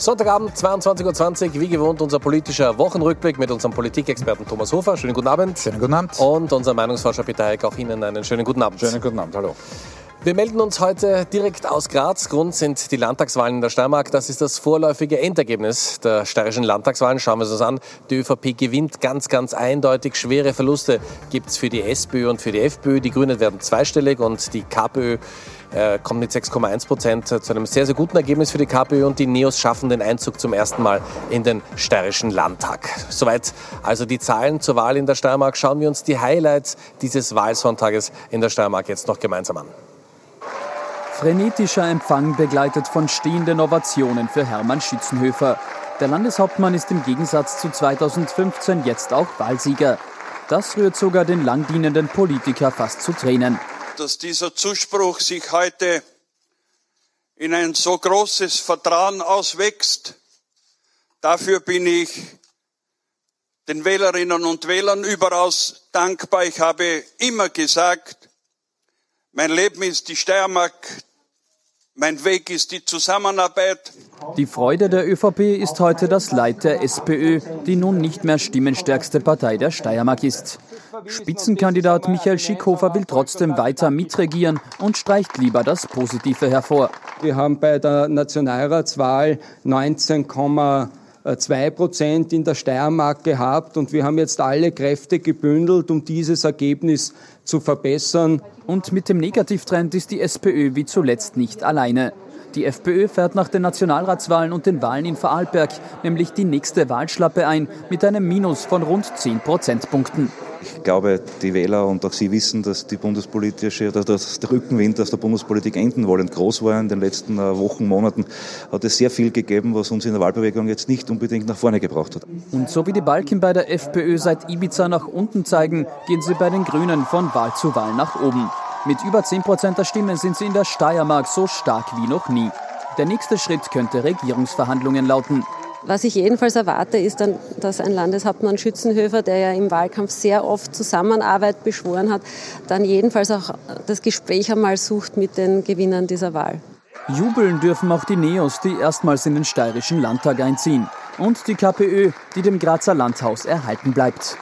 Sonntagabend, 22:20 Uhr, wie gewohnt unser politischer Wochenrückblick mit unserem Politikexperten Thomas Hofer. Schönen guten Abend. Schönen guten Abend. Und unser Meinungsforscher Peter Heik, auch Ihnen einen schönen guten Abend. Schönen guten Abend, hallo. Wir melden uns heute direkt aus Graz. Grund sind die Landtagswahlen in der Steiermark. Das ist das vorläufige Endergebnis der steirischen Landtagswahlen. Schauen wir es uns an. Die ÖVP gewinnt ganz eindeutig. Schwere Verluste gibt es für die SPÖ und für die FPÖ. Die Grünen werden zweistellig und die KPÖ kommt mit 6,1% zu einem sehr guten Ergebnis für die KPÖ und die Neos schaffen den Einzug zum ersten Mal in den steirischen Landtag. Soweit also die Zahlen zur Wahl in der Steiermark. Schauen wir uns die Highlights dieses Wahlsonntages in der Steiermark jetzt noch gemeinsam an. Frenetischer Empfang begleitet von stehenden Ovationen für Hermann Schützenhöfer. Der Landeshauptmann ist im Gegensatz zu 2015 jetzt auch Wahlsieger. Das rührt sogar den langdienenden Politiker fast zu Tränen. Dass dieser Zuspruch sich heute in ein so großes Vertrauen auswächst, dafür bin ich den Wählerinnen und Wählern überaus dankbar. Ich habe immer gesagt, mein Leben ist die Steiermark, mein Weg ist die Zusammenarbeit. Die Freude der ÖVP ist heute das Leid der SPÖ, die nun nicht mehr stimmenstärkste Partei der Steiermark ist. Spitzenkandidat Michael Schickhofer will trotzdem weiter mitregieren und streicht lieber das Positive hervor. Wir haben bei der Nationalratswahl 19,2% in der Steiermark gehabt und wir haben jetzt alle Kräfte gebündelt, um dieses Ergebnis zu verbessern. Und mit dem Negativtrend ist die SPÖ wie zuletzt nicht alleine. Die FPÖ fährt nach den Nationalratswahlen und den Wahlen in Vorarlberg nämlich die nächste Wahlschlappe ein mit einem Minus von rund 10 Prozentpunkten. Ich glaube, die Wähler und auch Sie wissen, dass die bundespolitische, dass der Rückenwind aus der Bundespolitik enden wollend groß war. In den letzten Wochen, Monaten hat es sehr viel gegeben, was uns in der Wahlbewegung jetzt nicht unbedingt nach vorne gebracht hat. Und so wie die Balken bei der FPÖ seit Ibiza nach unten zeigen, gehen sie bei den Grünen von Wahl zu Wahl nach oben. Mit über 10% der Stimmen sind sie in der Steiermark so stark wie noch nie. Der nächste Schritt könnte Regierungsverhandlungen lauten. Was ich jedenfalls erwarte, ist dann, dass ein Landeshauptmann Schützenhöfer, der ja im Wahlkampf sehr oft Zusammenarbeit beschworen hat, dann jedenfalls auch das Gespräch einmal sucht mit den Gewinnern dieser Wahl. Jubeln dürfen auch die Neos, die erstmals in den steirischen Landtag einziehen. Und die KPÖ, die dem Grazer Landhaus erhalten bleibt.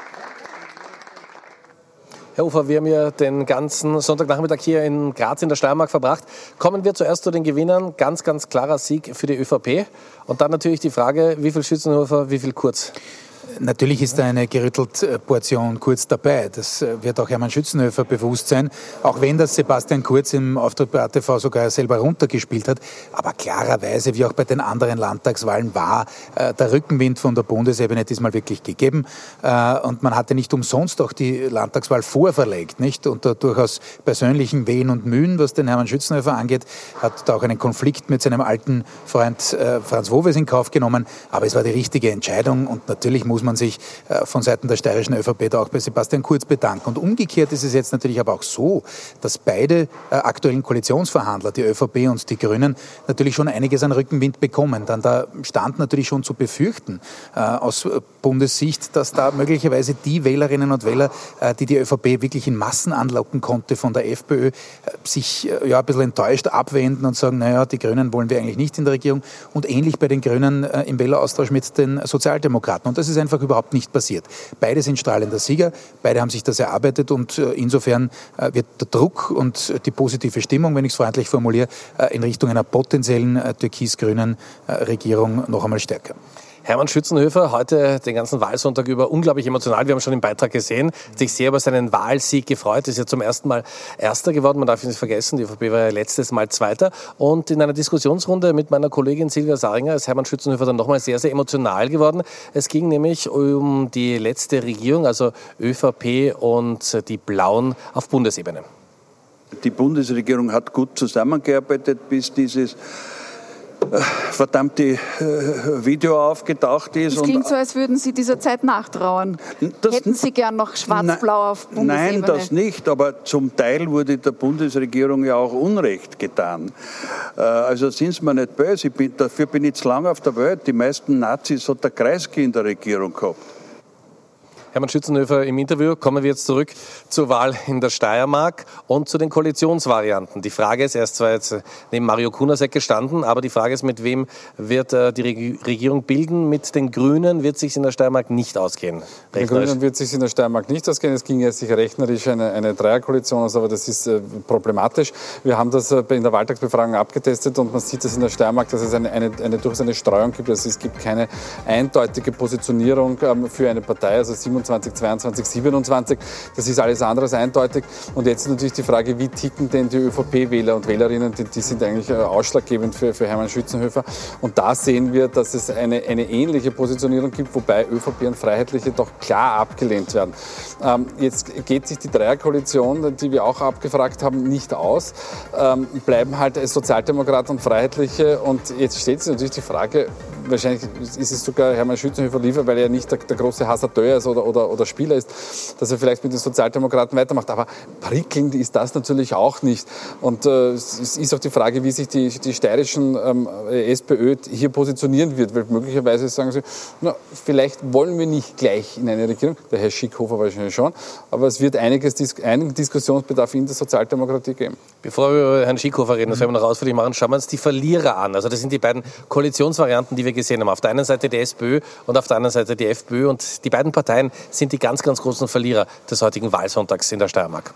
Herr Ufer, wir haben ja den ganzen Sonntagnachmittag hier in Graz in der Steiermark verbracht. Kommen wir zuerst zu den Gewinnern. Ganz klarer Sieg für die ÖVP. Und dann natürlich die Frage, wie viel Schützenhofer, wie viel Kurz? Natürlich ist da eine gerüttelte Portion Kurz dabei. Das wird auch Hermann Schützenhöfer bewusst sein. Auch wenn das Sebastian Kurz im Auftritt bei ATV sogar selber runtergespielt hat. Aber klarerweise, wie auch bei den anderen Landtagswahlen, war der Rückenwind von der Bundesebene diesmal wirklich gegeben. Und man hatte nicht umsonst auch die Landtagswahl vorverlegt, nicht? Unter durchaus persönlichen Wehen und Mühen, was den Hermann Schützenhöfer angeht, hat da auch einen Konflikt mit seinem alten Freund Franz Wowes in Kauf genommen. Aber es war die richtige Entscheidung und natürlich muss man sich von Seiten der steirischen ÖVP da auch bei Sebastian Kurz bedanken. Und umgekehrt ist es jetzt natürlich aber auch so, dass beide aktuellen Koalitionsverhandler, die ÖVP und die Grünen, natürlich schon einiges an Rückenwind bekommen. Dann da stand natürlich schon zu befürchten aus Bundessicht, dass da möglicherweise die Wählerinnen und Wähler, die die ÖVP wirklich in Massen anlocken konnte von der FPÖ, sich ein bisschen enttäuscht abwenden und sagen, naja, die Grünen wollen wir eigentlich nicht in der Regierung. Und ähnlich bei den Grünen im Wähleraustausch mit den Sozialdemokraten. Und das ist einfach überhaupt nicht passiert. Beide sind strahlender Sieger, beide haben sich das erarbeitet und insofern wird der Druck und die positive Stimmung, wenn ich es freundlich formuliere, in Richtung einer potenziellen türkis-grünen Regierung noch einmal stärker. Hermann Schützenhöfer, heute den ganzen Wahlsonntag über unglaublich emotional. Wir haben schon im Beitrag gesehen, hat sich sehr über seinen Wahlsieg gefreut. Ist ja zum ersten Mal Erster geworden. Man darf ihn nicht vergessen, die ÖVP war ja letztes Mal Zweiter. Und in einer Diskussionsrunde mit meiner Kollegin Silvia Saringer ist Hermann Schützenhöfer dann nochmal sehr emotional geworden. Es ging nämlich um die letzte Regierung, also ÖVP und die Blauen auf Bundesebene. Die Bundesregierung hat gut zusammengearbeitet, bis dieses verdammte Video aufgetaucht ist. Es klingt so, als würden Sie dieser Zeit nachtrauern. Hätten Sie gern noch schwarz-blau auf Bundesebene? Nein, das nicht, aber zum Teil wurde der Bundesregierung ja auch Unrecht getan. Also sind Sie mir nicht böse, dafür bin ich zu lange auf der Welt. Die meisten Nazis hat der Kreisky in der Regierung gehabt. Hermann Schützenhöfer im Interview. Kommen wir jetzt zurück zur Wahl in der Steiermark und zu den Koalitionsvarianten. Die Frage ist, er ist zwar jetzt neben Mario Kunasek gestanden, aber die Frage ist, mit wem wird die Regierung bilden? Mit den Grünen wird es sich in der Steiermark nicht ausgehen. Mit den Grünen wird es sich in der Steiermark nicht ausgehen. Es ging ja sich rechnerisch eine Dreierkoalition aus, aber das ist problematisch. Wir haben das in der Wahltagsbefragung abgetestet und man sieht das in der Steiermark, dass es durchaus eine Streuung gibt. Also es gibt keine eindeutige Positionierung für eine Partei, also 27, 22, 27. Das ist alles andere als eindeutig. Und jetzt ist natürlich die Frage, wie ticken denn die ÖVP-Wähler und Wählerinnen, die sind eigentlich ausschlaggebend für Hermann Schützenhöfer. Und da sehen wir, dass es eine ähnliche Positionierung gibt, wobei ÖVP und Freiheitliche doch klar abgelehnt werden. Jetzt geht sich die Dreierkoalition, die wir auch abgefragt haben, nicht aus. Bleiben halt Sozialdemokraten und Freiheitliche. Und jetzt stellt sich natürlich die Frage, wahrscheinlich ist es sogar Hermann Schützenhöfer lieber, weil er nicht der große Hasardeur ist oder Spieler ist, dass er vielleicht mit den Sozialdemokraten weitermacht. Aber prickelnd ist das natürlich auch nicht. Und es ist auch die Frage, wie sich die steirischen SPÖ hier positionieren wird. Weil möglicherweise sagen sie, na, vielleicht wollen wir nicht gleich in eine Regierung. Der Herr Schickhofer wahrscheinlich schon. Aber es wird einigen Diskussionsbedarf in der Sozialdemokratie geben. Bevor wir über Herrn Schickhofer reden, das werden wir noch ausführlich machen, schauen wir uns die Verlierer an. Also das sind die beiden Koalitionsvarianten, die wir gesehen haben. Auf der einen Seite die SPÖ und auf der anderen Seite die FPÖ. Und die beiden Parteien sind die ganz, ganz großen Verlierer des heutigen Wahlsonntags in der Steiermark.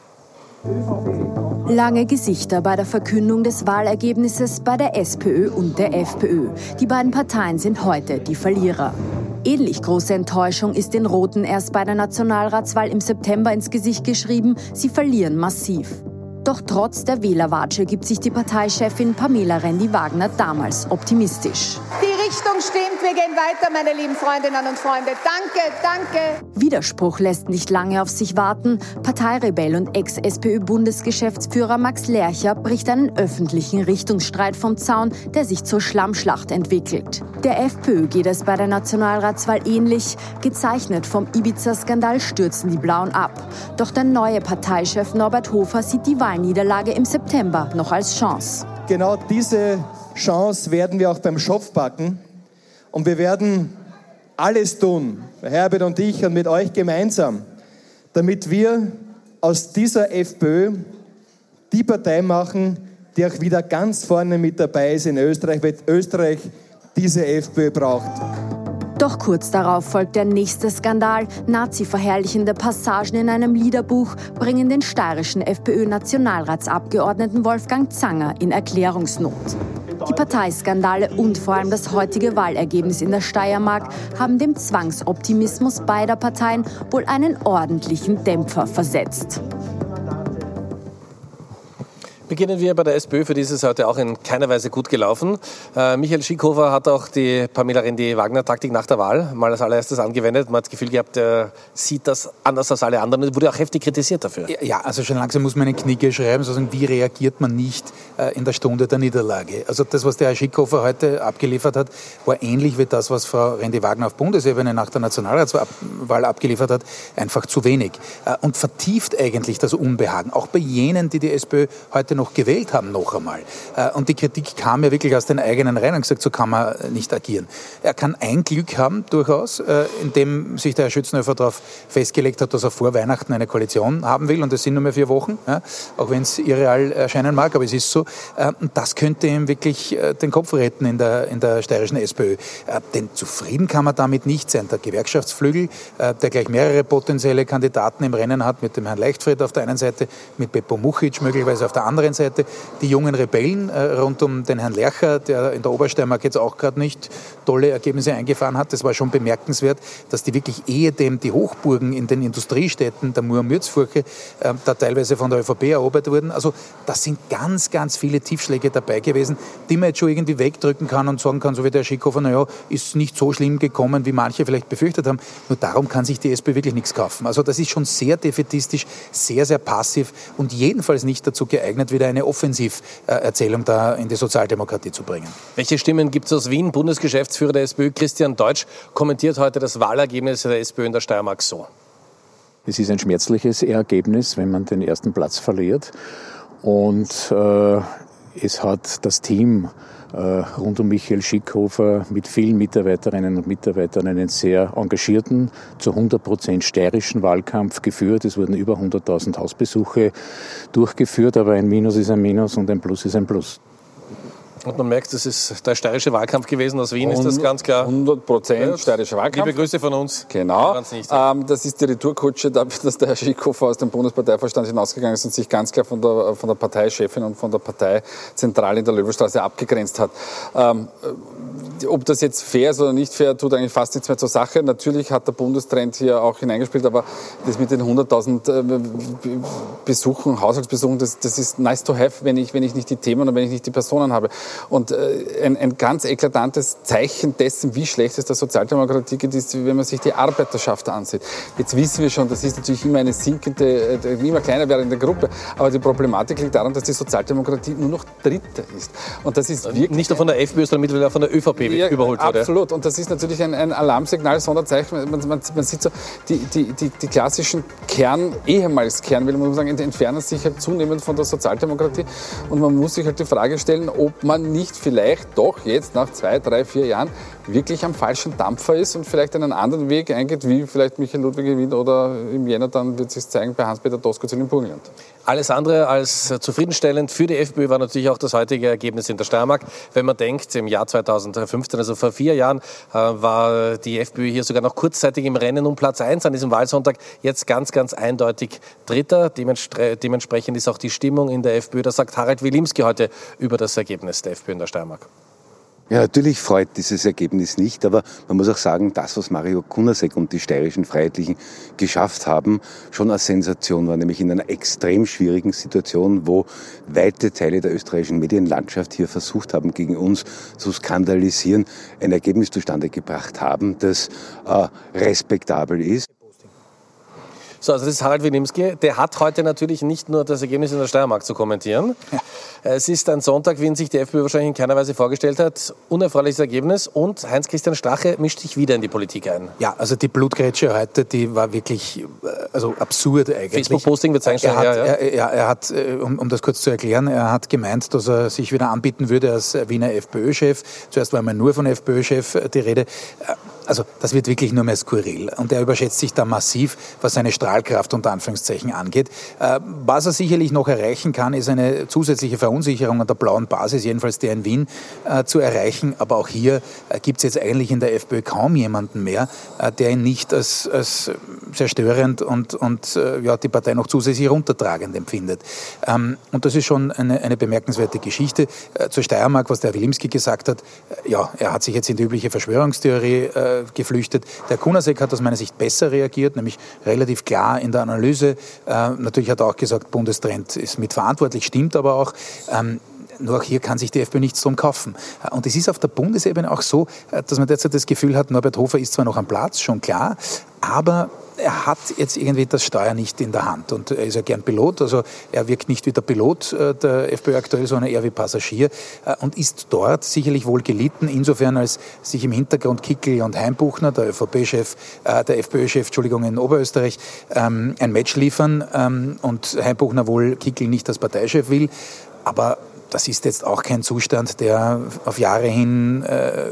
Lange Gesichter bei der Verkündung des Wahlergebnisses bei der SPÖ und der FPÖ. Die beiden Parteien sind heute die Verlierer. Ähnlich große Enttäuschung ist den Roten erst bei der Nationalratswahl im September ins Gesicht geschrieben. Sie verlieren massiv. Doch trotz der Wählerwatsche gibt sich die Parteichefin Pamela Rendi-Wagner damals optimistisch. Die Richtung stimmt, wir gehen weiter, meine lieben Freundinnen und Freunde. Danke, danke. Widerspruch lässt nicht lange auf sich warten. Parteirebell und Ex-SPÖ-Bundesgeschäftsführer Max Lercher bricht einen öffentlichen Richtungsstreit vom Zaun, der sich zur Schlammschlacht entwickelt. Der FPÖ geht es bei der Nationalratswahl ähnlich. Gezeichnet vom Ibiza-Skandal stürzen die Blauen ab. Doch der neue Parteichef Norbert Hofer sieht die Wahlniederlage im September noch als Chance. Genau diese Chance werden wir auch beim Schopf packen. Und wir werden alles tun, Herbert und ich und mit euch gemeinsam, damit wir aus dieser FPÖ die Partei machen, die auch wieder ganz vorne mit dabei ist in Österreich, weil Österreich diese FPÖ braucht. Doch kurz darauf folgt der nächste Skandal. Nazi-verherrlichende Passagen in einem Liederbuch bringen den steirischen FPÖ-Nationalratsabgeordneten Wolfgang Zanger in Erklärungsnot. Die Parteiskandale und vor allem das heutige Wahlergebnis in der Steiermark haben dem Zwangsoptimismus beider Parteien wohl einen ordentlichen Dämpfer versetzt. Beginnen wir bei der SPÖ, für die ist es heute auch in keiner Weise gut gelaufen. Michael Schickhofer hat auch die Pamela Rendi-Wagner-Taktik nach der Wahl mal als allererstes angewendet. Man hat das Gefühl gehabt, er sieht das anders als alle anderen und wurde auch heftig kritisiert dafür. Ja, also schon langsam muss man eine Knigge schreiben, sozusagen, wie reagiert man nicht in der Stunde der Niederlage. Also das, was der Herr Schickhofer heute abgeliefert hat, war ähnlich wie das, was Frau Rendi-Wagner auf Bundesebene nach der Nationalratswahl abgeliefert hat, einfach zu wenig. Und vertieft eigentlich das Unbehagen, auch bei jenen, die SPÖ heute noch gewählt haben, noch einmal. Und die Kritik kam ja wirklich aus den eigenen Reihen und gesagt, so kann man nicht agieren. Er kann ein Glück haben, durchaus, indem sich der Herr Schützenhöfer darauf festgelegt hat, dass er vor Weihnachten eine Koalition haben will und es sind nur mehr 4 Wochen, ja, auch wenn es irreal erscheinen mag, aber es ist so. Und das könnte ihm wirklich den Kopf retten in der steirischen SPÖ. Denn zufrieden kann man damit nicht sein. Der Gewerkschaftsflügel, der gleich mehrere potenzielle Kandidaten im Rennen hat, mit dem Herrn Leichtfried auf der einen Seite, mit Beppo Muchic möglicherweise auf der anderen Seite, die jungen Rebellen rund um den Herrn Lercher, der in der Obersteiermark jetzt auch gerade nicht tolle Ergebnisse eingefahren hat. Das war schon bemerkenswert, dass die wirklich ehedem die Hochburgen in den Industriestädten der Mur-Mürzfurche da teilweise von der ÖVP erobert wurden. Also das sind ganz, ganz viele Tiefschläge dabei gewesen, die man jetzt schon irgendwie wegdrücken kann und sagen kann, so wie der Schickhofer, naja, ist nicht so schlimm gekommen, wie manche vielleicht befürchtet haben. Nur darum kann sich die SPÖ wirklich nichts kaufen. Also das ist schon sehr defätistisch, sehr, sehr passiv und jedenfalls nicht dazu geeignet, wieder eine Offensiverzählung da in die Sozialdemokratie zu bringen. Welche Stimmen gibt es aus Wien? Bundesgeschäftsführer der SPÖ, Christian Deutsch, kommentiert heute das Wahlergebnis der SPÖ in der Steiermark so. Es ist ein schmerzliches Ergebnis, wenn man den ersten Platz verliert. Und Es hat das Team rund um Michael Schickhofer mit vielen Mitarbeiterinnen und Mitarbeitern einen sehr engagierten, zu 100% steirischen Wahlkampf geführt. Es wurden über 100.000 Hausbesuche durchgeführt, aber ein Minus ist ein Minus und ein Plus ist ein Plus. Und man merkt, das ist der steirische Wahlkampf gewesen. Aus Wien ist das ganz klar. 100% steirischer Wahlkampf. Liebe Grüße von uns. Genau. Das ist die Retourkutsche, dass der Herr Schickhofer aus dem Bundesparteivorstand hinausgegangen ist und sich ganz klar von der Parteichefin und von der Parteizentrale in der Löwenstraße abgegrenzt hat. Ob das jetzt fair ist oder nicht fair, tut eigentlich fast nichts mehr zur Sache. Natürlich hat der Bundestrend hier auch hineingespielt, aber das mit den 100.000 Besuchen, Haushaltsbesuchen, das ist nice to have, wenn ich nicht die Themen und wenn ich nicht die Personen habe. Und ein ganz eklatantes Zeichen dessen, wie schlecht es der Sozialdemokratie geht, ist, wenn man sich die Arbeiterschaft ansieht. Jetzt wissen wir schon, das ist natürlich immer eine sinkende, immer kleiner werdende Gruppe. Aber die Problematik liegt daran, dass die Sozialdemokratie nur noch Dritte ist. Und das ist wirklich nicht nur von der FPÖ, sondern mittlerweile auch von der ÖVP überholt wurde. Absolut. Und das ist natürlich ein Alarmsignal, Sonderzeichen. Man sieht so, die klassischen ehemals Kernwähler, muss man sagen, entfernen sich halt zunehmend von der Sozialdemokratie. Und man muss sich halt die Frage stellen, ob man nicht vielleicht doch jetzt nach 2, 3, 4 Jahren wirklich am falschen Dampfer ist und vielleicht einen anderen Weg eingeht, wie vielleicht Michael Ludwig in Wien oder im Jänner dann wird sich zeigen bei Hans-Peter Doskozil im Burgenland. Alles andere als zufriedenstellend für die FPÖ war natürlich auch das heutige Ergebnis in der Steiermark. Wenn man denkt, im Jahr 2015, also vor 4 Jahren, war die FPÖ hier sogar noch kurzzeitig im Rennen um Platz 1 an diesem Wahlsonntag. Jetzt ganz, ganz eindeutig Dritter. Dementsprechend ist auch die Stimmung in der FPÖ. Das sagt Harald Wilimski heute über das Ergebnis der FPÖ in der Steiermark. Ja, natürlich freut dieses Ergebnis nicht, aber man muss auch sagen, das, was Mario Kunasek und die steirischen Freiheitlichen geschafft haben, schon eine Sensation war, nämlich in einer extrem schwierigen Situation, wo weite Teile der österreichischen Medienlandschaft hier versucht haben, gegen uns zu skandalisieren, ein Ergebnis zustande gebracht haben, das respektabel ist. So, also das ist Harald Wilimski. Der hat heute natürlich nicht nur das Ergebnis in der Steiermark zu kommentieren. Ja. Es ist ein Sonntag, wie ihn sich die FPÖ wahrscheinlich in keiner Weise vorgestellt hat. Unerfreuliches Ergebnis und Heinz-Christian Strache mischt sich wieder in die Politik ein. Ja, also die Blutgrätsche heute, die war wirklich absurd eigentlich. Facebook-Posting wird zeigen. Er hat, um das kurz zu erklären, er hat gemeint, dass er sich wieder anbieten würde als Wiener FPÖ-Chef. Zuerst war einmal nur von FPÖ-Chef die Rede. Also das wird wirklich nur mehr skurril. Und er überschätzt sich da massiv, was seine Strahlkraft unter Anführungszeichen angeht. Was er sicherlich noch erreichen kann, ist eine zusätzliche Verunsicherung an der blauen Basis, jedenfalls der in Wien, zu erreichen. Aber auch hier gibt es jetzt eigentlich in der FPÖ kaum jemanden mehr, der ihn nicht als sehr störend und die Partei noch zusätzlich runtertragend empfindet. Und das ist schon eine bemerkenswerte Geschichte. Zur Steiermark, was der Wilimski gesagt hat, er hat sich jetzt in die übliche Verschwörungstheorie geflüchtet. Der Kunasek hat aus meiner Sicht besser reagiert, nämlich relativ klar in der Analyse. Natürlich hat er auch gesagt, Bundestrend ist mitverantwortlich, stimmt aber auch. Nur auch hier kann sich die FPÖ nichts drum kaufen. Und es ist auf der Bundesebene auch so, dass man derzeit das Gefühl hat, Norbert Hofer ist zwar noch am Platz, schon klar, aber er hat jetzt irgendwie das Steuer nicht in der Hand. Und er ist ja gern Pilot, also er wirkt nicht wie der Pilot der FPÖ aktuell, sondern eher wie Passagier und ist dort sicherlich wohl gelitten, insofern als sich im Hintergrund Kickl und Heimbuchner, der FPÖ-Chef, in Oberösterreich, ein Match liefern und Heimbuchner wohl Kickl nicht als Parteichef will. Aber das ist jetzt auch kein Zustand, der auf Jahre hin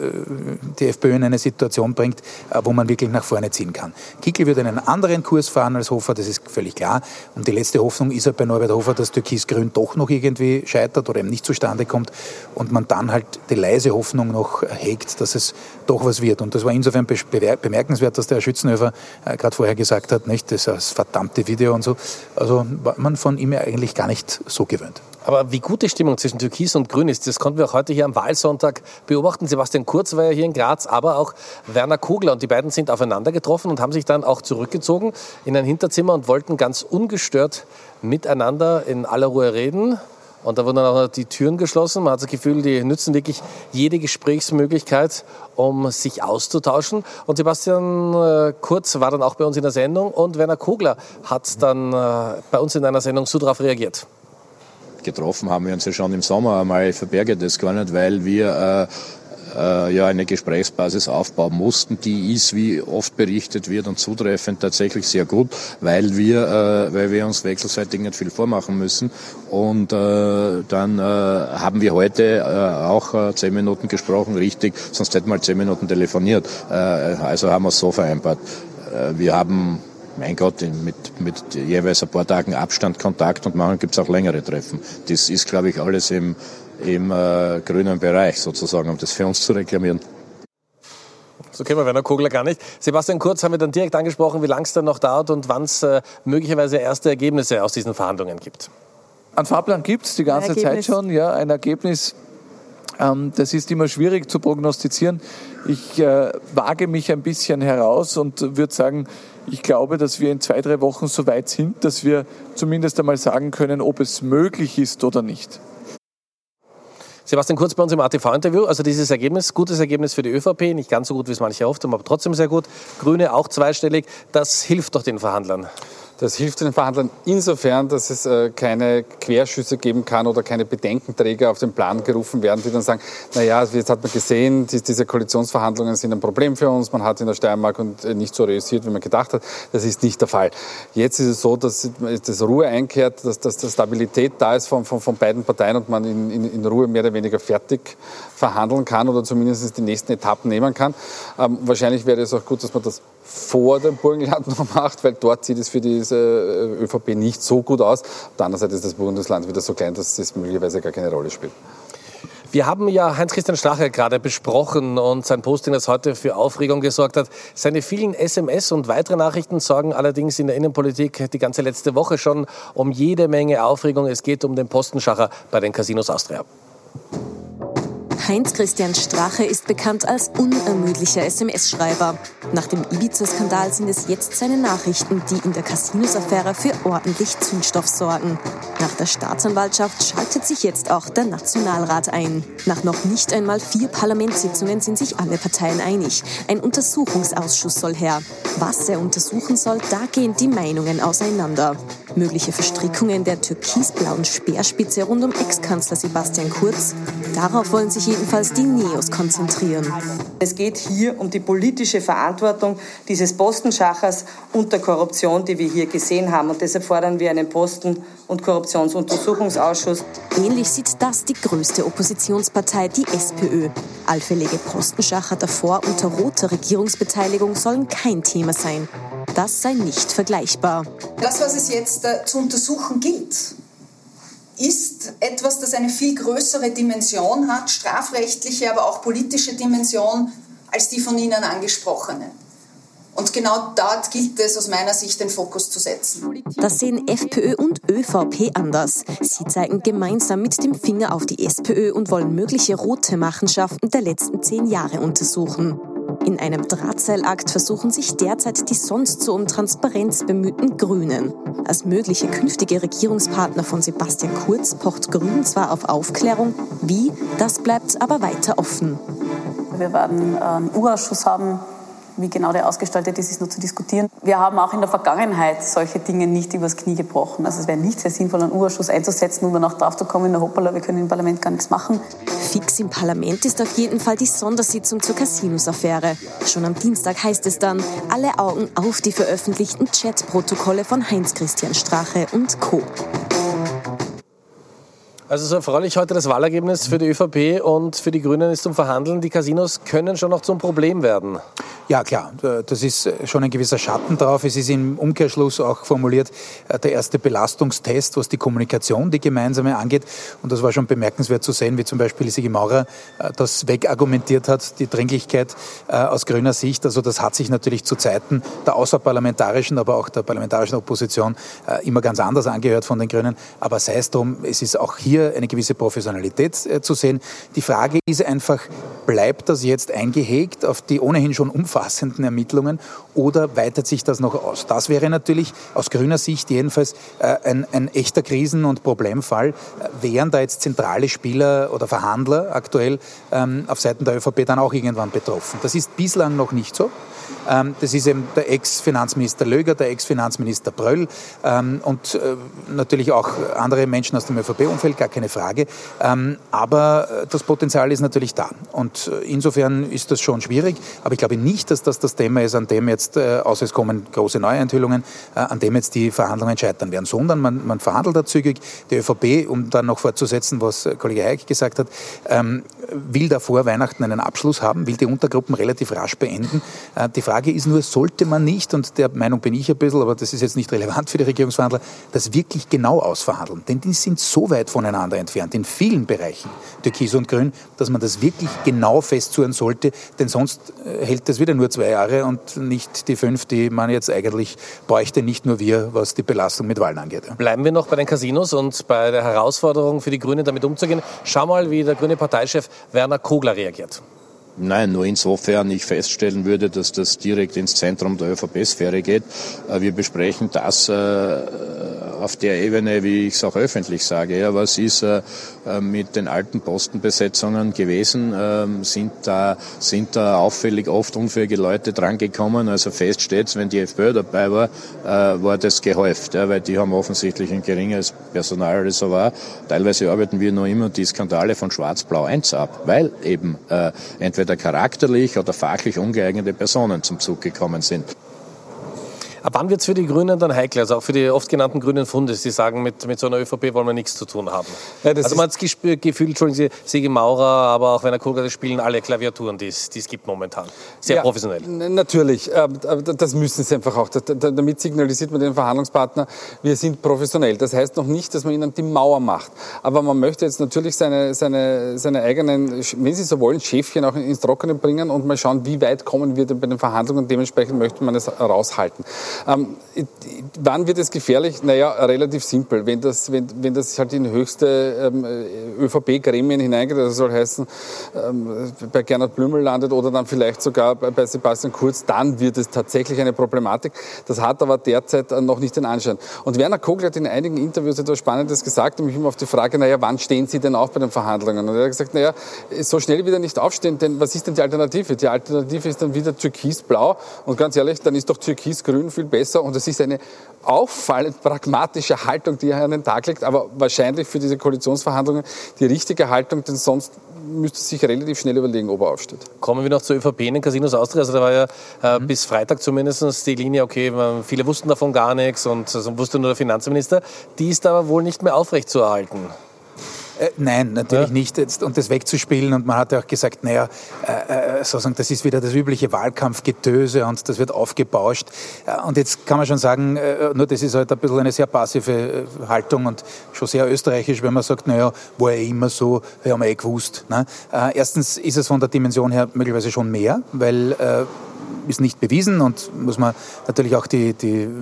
die FPÖ in eine Situation bringt, wo man wirklich nach vorne ziehen kann. Kickl wird einen anderen Kurs fahren als Hofer, das ist völlig klar. Und die letzte Hoffnung ist halt bei Norbert Hofer, dass Türkis-Grün doch noch irgendwie scheitert oder eben nicht zustande kommt und man dann halt die leise Hoffnung noch hegt, dass es doch was wird. Und das war insofern bemerkenswert, dass der Herr Schützenhöfer gerade vorher gesagt hat, nicht, das ist das verdammte Video und so. Also war man von ihm ja eigentlich gar nicht so gewöhnt. Aber wie gut die Stimmung zwischen Türkis und Grün ist, das konnten wir auch heute hier am Wahlsonntag beobachten. Sebastian Kurz war ja hier in Graz, aber auch Werner Kogler. Und die beiden sind aufeinander getroffen und haben sich dann auch zurückgezogen in ein Hinterzimmer und wollten ganz ungestört miteinander in aller Ruhe reden. Und da wurden dann auch die Türen geschlossen. Man hat das Gefühl, die nützen wirklich jede Gesprächsmöglichkeit, um sich auszutauschen. Und Sebastian Kurz war dann auch bei uns in der Sendung und Werner Kogler hat dann bei uns in einer Sendung so darauf reagiert. Getroffen haben wir uns ja schon im Sommer einmal, ich verberge das gar nicht, weil wir eine Gesprächsbasis aufbauen mussten. Die ist, wie oft berichtet wird und zutreffend, tatsächlich sehr gut, weil wir uns wechselseitig nicht viel vormachen müssen. Und dann haben wir heute auch 10 Minuten gesprochen, richtig, sonst hätten wir mal 10 Minuten telefoniert. Also haben wir es so vereinbart. Wir haben, mein Gott, mit jeweils ein paar Tagen Abstand Kontakt und manchmal gibt es auch längere Treffen. Das ist, glaube ich, alles im grünen Bereich sozusagen, um das für uns zu reklamieren. So kennen wir Werner Kogler gar nicht. Sebastian Kurz haben wir dann direkt angesprochen, wie lange es dann noch dauert und wann es möglicherweise erste Ergebnisse aus diesen Verhandlungen gibt. Ein Fahrplan gibt es die ganze Zeit schon, ja, ein Ergebnis. Das ist immer schwierig zu prognostizieren. Ich wage mich ein bisschen heraus und würde sagen, ich glaube, dass wir in 2-3 Wochen so weit sind, dass wir zumindest einmal sagen können, ob es möglich ist oder nicht. Sebastian Kurz bei uns im ATV-Interview, also dieses Ergebnis, gutes Ergebnis für die ÖVP, nicht ganz so gut, wie es manche erhofft haben, aber trotzdem sehr gut. Grüne auch zweistellig, das hilft doch den Verhandlern. Das hilft den Verhandlern insofern, dass es keine Querschüsse geben kann oder keine Bedenkenträger auf den Plan gerufen werden, die dann sagen, naja, jetzt hat man gesehen, diese Koalitionsverhandlungen sind ein Problem für uns, man hat in der Steiermark nicht so realisiert, wie man gedacht hat. Das ist nicht der Fall. Jetzt ist es so, dass Ruhe einkehrt, dass Stabilität da ist von beiden Parteien und man in Ruhe mehr oder weniger fertig verhandeln kann oder zumindest die nächsten Etappen nehmen kann. Wahrscheinlich wäre es auch gut, dass man das vor dem Burgenland noch macht, weil dort sieht es für diese ÖVP nicht so gut aus. Auf der anderen Seite ist das Bundesland wieder so klein, dass das möglicherweise gar keine Rolle spielt. Wir haben ja Heinz-Christian Strache gerade besprochen und sein Posting, das heute für Aufregung gesorgt hat. Seine vielen SMS und weitere Nachrichten sorgen allerdings in der Innenpolitik die ganze letzte Woche schon um jede Menge Aufregung. Es geht um den Postenschacher bei den Casinos Austria. Heinz-Christian Strache ist bekannt als unermüdlicher SMS-Schreiber. Nach dem Ibiza-Skandal sind es jetzt seine Nachrichten, die in der Casinos-Affäre für ordentlich Zündstoff sorgen. Nach der Staatsanwaltschaft schaltet sich jetzt auch der Nationalrat ein. Nach noch nicht einmal 4 Parlamentssitzungen sind sich alle Parteien einig. Ein Untersuchungsausschuss soll her. Was er untersuchen soll, da gehen die Meinungen auseinander. Mögliche Verstrickungen der türkisblauen Speerspitze rund um Ex-Kanzler Sebastian Kurz. Darauf wollen sich jedenfalls die Neos konzentrieren. Es geht hier um die politische Verantwortung dieses Postenschachers und der Korruption, die wir hier gesehen haben. Und deshalb fordern wir einen Posten- und Korruptionsuntersuchungsausschuss. Ähnlich sieht das die größte Oppositionspartei, die SPÖ. Allfällige Postenschacher davor unter roter Regierungsbeteiligung sollen kein Thema sein. Das sei nicht vergleichbar. Das, was es jetzt zu untersuchen gilt, ist etwas, das eine viel größere Dimension hat, strafrechtliche, aber auch politische Dimension, als die von Ihnen angesprochene. Und genau dort gilt es aus meiner Sicht, den Fokus zu setzen. Das sehen FPÖ und ÖVP anders. Sie zeigen gemeinsam mit dem Finger auf die SPÖ und wollen mögliche rote Machenschaften der letzten 10 Jahre untersuchen. In einem Drahtseilakt versuchen sich derzeit die sonst so um Transparenz bemühten Grünen. Als mögliche künftige Regierungspartner von Sebastian Kurz pocht Grün zwar auf Aufklärung, wie, das bleibt aber weiter offen. Wir werden einen U-Ausschuss haben. Wie genau der ausgestaltet ist, ist nur zu diskutieren. Wir haben auch in der Vergangenheit solche Dinge nicht übers Knie gebrochen. Also es wäre nicht sehr sinnvoll, einen U-Ausschuss einzusetzen, um danach drauf zu kommen, na hoppala, wir können im Parlament gar nichts machen. Fix im Parlament ist auf jeden Fall die Sondersitzung zur Casinos-Affäre. Schon am Dienstag heißt es dann, alle Augen auf die veröffentlichten Chatprotokolle von Heinz-Christian Strache und Co. Also so erfreulich heute das Wahlergebnis für die ÖVP und für die Grünen ist zum Verhandeln. Die Casinos können schon noch zum Problem werden. Ja, klar, das ist schon ein gewisser Schatten drauf. Es ist im Umkehrschluss auch formuliert der erste Belastungstest, was die Kommunikation, die gemeinsame angeht. Und das war schon bemerkenswert zu sehen, wie zum Beispiel Sigi Maurer das wegargumentiert hat, die Dringlichkeit aus grüner Sicht. Also das hat sich natürlich zu Zeiten der außerparlamentarischen, aber auch der parlamentarischen Opposition immer ganz anders angehört von den Grünen. Aber sei es drum, es ist auch hier eine gewisse Professionalität zu sehen. Die Frage ist einfach, bleibt das jetzt eingehegt auf die ohnehin schon umfassenden Ermittlungen oder weitet sich das noch aus? Das wäre natürlich aus grüner Sicht jedenfalls ein echter Krisen- und Problemfall. Wären da jetzt zentrale Spieler oder Verhandler aktuell auf Seiten der ÖVP dann auch irgendwann betroffen? Das ist bislang noch nicht so. Das ist eben der Ex-Finanzminister Löger, der Ex-Finanzminister Bröll und natürlich auch andere Menschen aus dem ÖVP-Umfeld, gar keine Frage. Aber das Potenzial ist natürlich da. Und Und insofern ist das schon schwierig. Aber ich glaube nicht, dass das Thema ist, an dem jetzt, außer es kommen große Neuenthüllungen, an dem jetzt die Verhandlungen scheitern werden. Sondern man verhandelt da zügig. Die ÖVP, um dann noch fortzusetzen, was Kollege Hayek gesagt hat, will da vor Weihnachten einen Abschluss haben, will die Untergruppen relativ rasch beenden. Die Frage ist nur, sollte man nicht, und der Meinung bin ich ein bisschen, aber das ist jetzt nicht relevant für die Regierungsverhandler, das wirklich genau ausverhandeln. Denn die sind so weit voneinander entfernt, in vielen Bereichen, Türkis und Grün, dass man das wirklich genau festzurren sollte, denn sonst hält das wieder nur 2 Jahre und nicht die 5, die man jetzt eigentlich bräuchte, nicht nur wir, was die Belastung mit Wahlen angeht. Bleiben wir noch bei den Casinos und bei der Herausforderung für die Grünen, damit umzugehen. Schau mal, wie der grüne Parteichef Werner Kogler reagiert. Nein, nur insofern ich feststellen würde, dass das direkt ins Zentrum der ÖVP-Sphäre geht. Wir besprechen das auf der Ebene, wie ich es auch öffentlich sage. Ja, was ist mit den alten Postenbesetzungen gewesen? Sind da auffällig oft unfähige Leute drangekommen? Also fest steht's, wenn die FPÖ dabei war, war das gehäuft, ja, weil die haben offensichtlich ein geringes Personalreservoir. Teilweise arbeiten wir noch immer die Skandale von Schwarz-Blau 1 ab, weil eben entweder charakterlich oder fachlich ungeeignete Personen zum Zug gekommen sind. Ab wann wird es für die Grünen dann heikel, also auch für die oft genannten grünen Fundes, die sagen, mit so einer ÖVP wollen wir nichts zu tun haben? Ja, also man hat das Gefühl, entschuldigen Sie, Sigi Maurer, aber auch Werner Kogler, das spielen alle Klaviaturen, die es gibt momentan. Sehr professionell. Natürlich, das müssen sie einfach auch. Damit signalisiert man den Verhandlungspartner, wir sind professionell. Das heißt noch nicht, dass man ihnen die Mauer macht. Aber man möchte jetzt natürlich seine eigenen, wenn Sie so wollen, Schäfchen auch ins Trockene bringen und mal schauen, wie weit kommen wir denn bei den Verhandlungen. Dementsprechend möchte man es raushalten. Wann wird es gefährlich? Naja, relativ simpel. Wenn das halt in höchste ÖVP-Gremien hineingeht, das soll heißen, bei Gernot Blümel landet oder dann vielleicht sogar bei Sebastian Kurz, dann wird es tatsächlich eine Problematik. Das hat aber derzeit noch nicht den Anschein. Und Werner Kogler hat in einigen Interviews etwas Spannendes gesagt, nämlich immer auf die Frage, naja, wann stehen Sie denn auf bei den Verhandlungen? Und er hat gesagt, naja, so schnell wieder nicht aufstehen, denn was ist denn die Alternative? Die Alternative ist dann wieder Türkis-Blau und ganz ehrlich, dann ist doch Türkis-Grün viel besser und es ist eine auffallend pragmatische Haltung, die er an den Tag legt, aber wahrscheinlich für diese Koalitionsverhandlungen die richtige Haltung, denn sonst müsste sich relativ schnell überlegen, ob er aufsteht. Kommen wir noch zur ÖVP in den Casinos Austria. Also da war ja bis Freitag zumindest die Linie, okay, viele wussten davon gar nichts und wusste nur der Finanzminister. Die ist aber wohl nicht mehr aufrechtzuerhalten. Nein, natürlich nicht. Und das wegzuspielen. Und man hat ja auch gesagt, naja, sozusagen, das ist wieder das übliche Wahlkampfgetöse und das wird aufgebauscht. Und jetzt kann man schon sagen, nur das ist halt ein bisschen eine sehr passive Haltung und schon sehr österreichisch, wenn man sagt, naja, war ja immer so, wir haben gewusst. Ne? Erstens ist es von der Dimension her möglicherweise schon mehr, weil ist nicht bewiesen und muss man natürlich auch die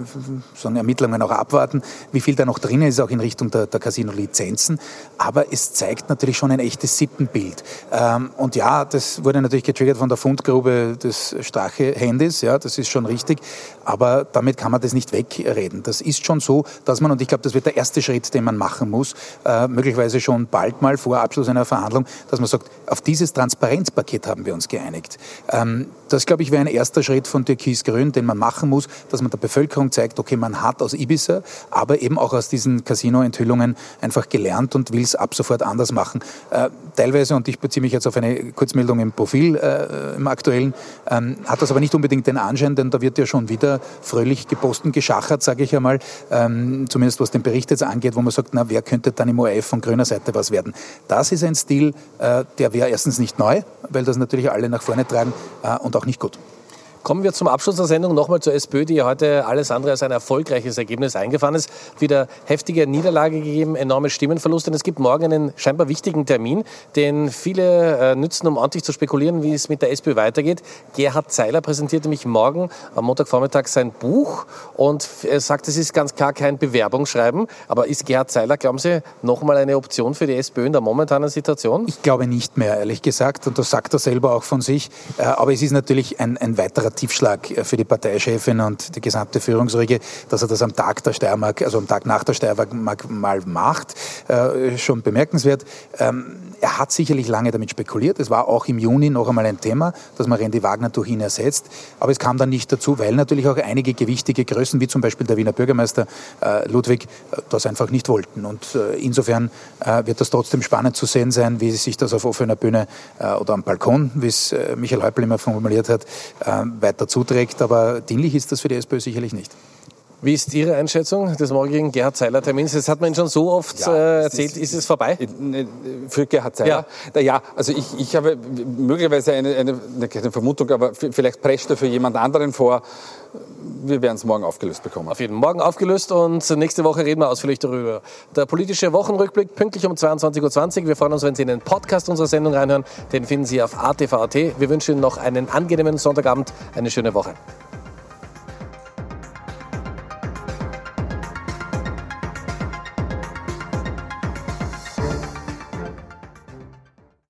so Ermittlungen auch abwarten, wie viel da noch drin ist, auch in Richtung der Casino-Lizenzen. Aber es zeigt natürlich schon ein echtes Sittenbild. Und ja, das wurde natürlich getriggert von der Fundgrube des Strache-Handys, ja, das ist schon richtig. Aber damit kann man das nicht wegreden. Das ist schon so, dass man, und ich glaube, das wird der erste Schritt, den man machen muss, möglicherweise schon bald mal vor Abschluss einer Verhandlung, dass man sagt, auf dieses Transparenzpaket haben wir uns geeinigt. Das, glaube ich, wäre ein erster Schritt von Türkis-Grün, den man machen muss, dass man der Bevölkerung zeigt, okay, man hat aus Ibiza, aber eben auch aus diesen Casino-Enthüllungen einfach gelernt und will es ab sofort anders machen. Teilweise, und ich beziehe mich jetzt auf eine Kurzmeldung im Profil, im Aktuellen, hat das aber nicht unbedingt den Anschein, denn da wird ja schon wieder fröhlich gepostet, geschachert, sage ich einmal, zumindest was den Bericht jetzt angeht, wo man sagt, na, wer könnte dann im ORF von grüner Seite was werden? Das ist ein Stil, der wäre erstens nicht neu, weil das natürlich alle nach vorne tragen und auch nicht gut. Kommen wir zum Abschluss der Sendung nochmal zur SPÖ, die ja heute alles andere als ein erfolgreiches Ergebnis eingefahren ist. Wieder heftige Niederlage gegeben, enorme Stimmenverluste. Und es gibt morgen einen scheinbar wichtigen Termin, den viele nützen, um ordentlich zu spekulieren, wie es mit der SPÖ weitergeht. Gerhard Zeiler präsentiert nämlich morgen am Montagvormittag sein Buch und er sagt, es ist ganz klar kein Bewerbungsschreiben. Aber ist Gerhard Zeiler, glauben Sie, nochmal eine Option für die SPÖ in der momentanen Situation? Ich glaube nicht mehr, ehrlich gesagt. Und das sagt er selber auch von sich. Aber es ist natürlich ein weiterer Tiefschlag für die Parteichefin und die gesamte Führungsriege, dass er das am Tag der Steiermark, also am Tag nach der Steiermark mal macht. Schon bemerkenswert. Er hat sicherlich lange damit spekuliert. Es war auch im Juni noch einmal ein Thema, dass man Randy Wagner durch ihn ersetzt. Aber es kam dann nicht dazu, weil natürlich auch einige gewichtige Größen, wie zum Beispiel der Wiener Bürgermeister Ludwig, das einfach nicht wollten. Und insofern wird das trotzdem spannend zu sehen sein, wie sich das auf offener Bühne oder am Balkon, wie es Michael Häupl immer formuliert hat, weiter zuträgt. Aber dienlich ist das für die SPÖ sicherlich nicht. Wie ist Ihre Einschätzung des morgigen Gerhard-Seiler-Termins? Das hat man Ihnen schon so oft erzählt. Ist es vorbei? Für Gerhard Seiler? Ja, also ich habe möglicherweise eine Vermutung, aber vielleicht prescht er für jemand anderen vor. Wir werden es morgen aufgelöst bekommen. Auf jeden Fall morgen aufgelöst und nächste Woche reden wir ausführlich darüber. Der politische Wochenrückblick pünktlich um 22.20 Uhr. Wir freuen uns, wenn Sie in den Podcast unserer Sendung reinhören. Den finden Sie auf ATV.at. Wir wünschen Ihnen noch einen angenehmen Sonntagabend, eine schöne Woche.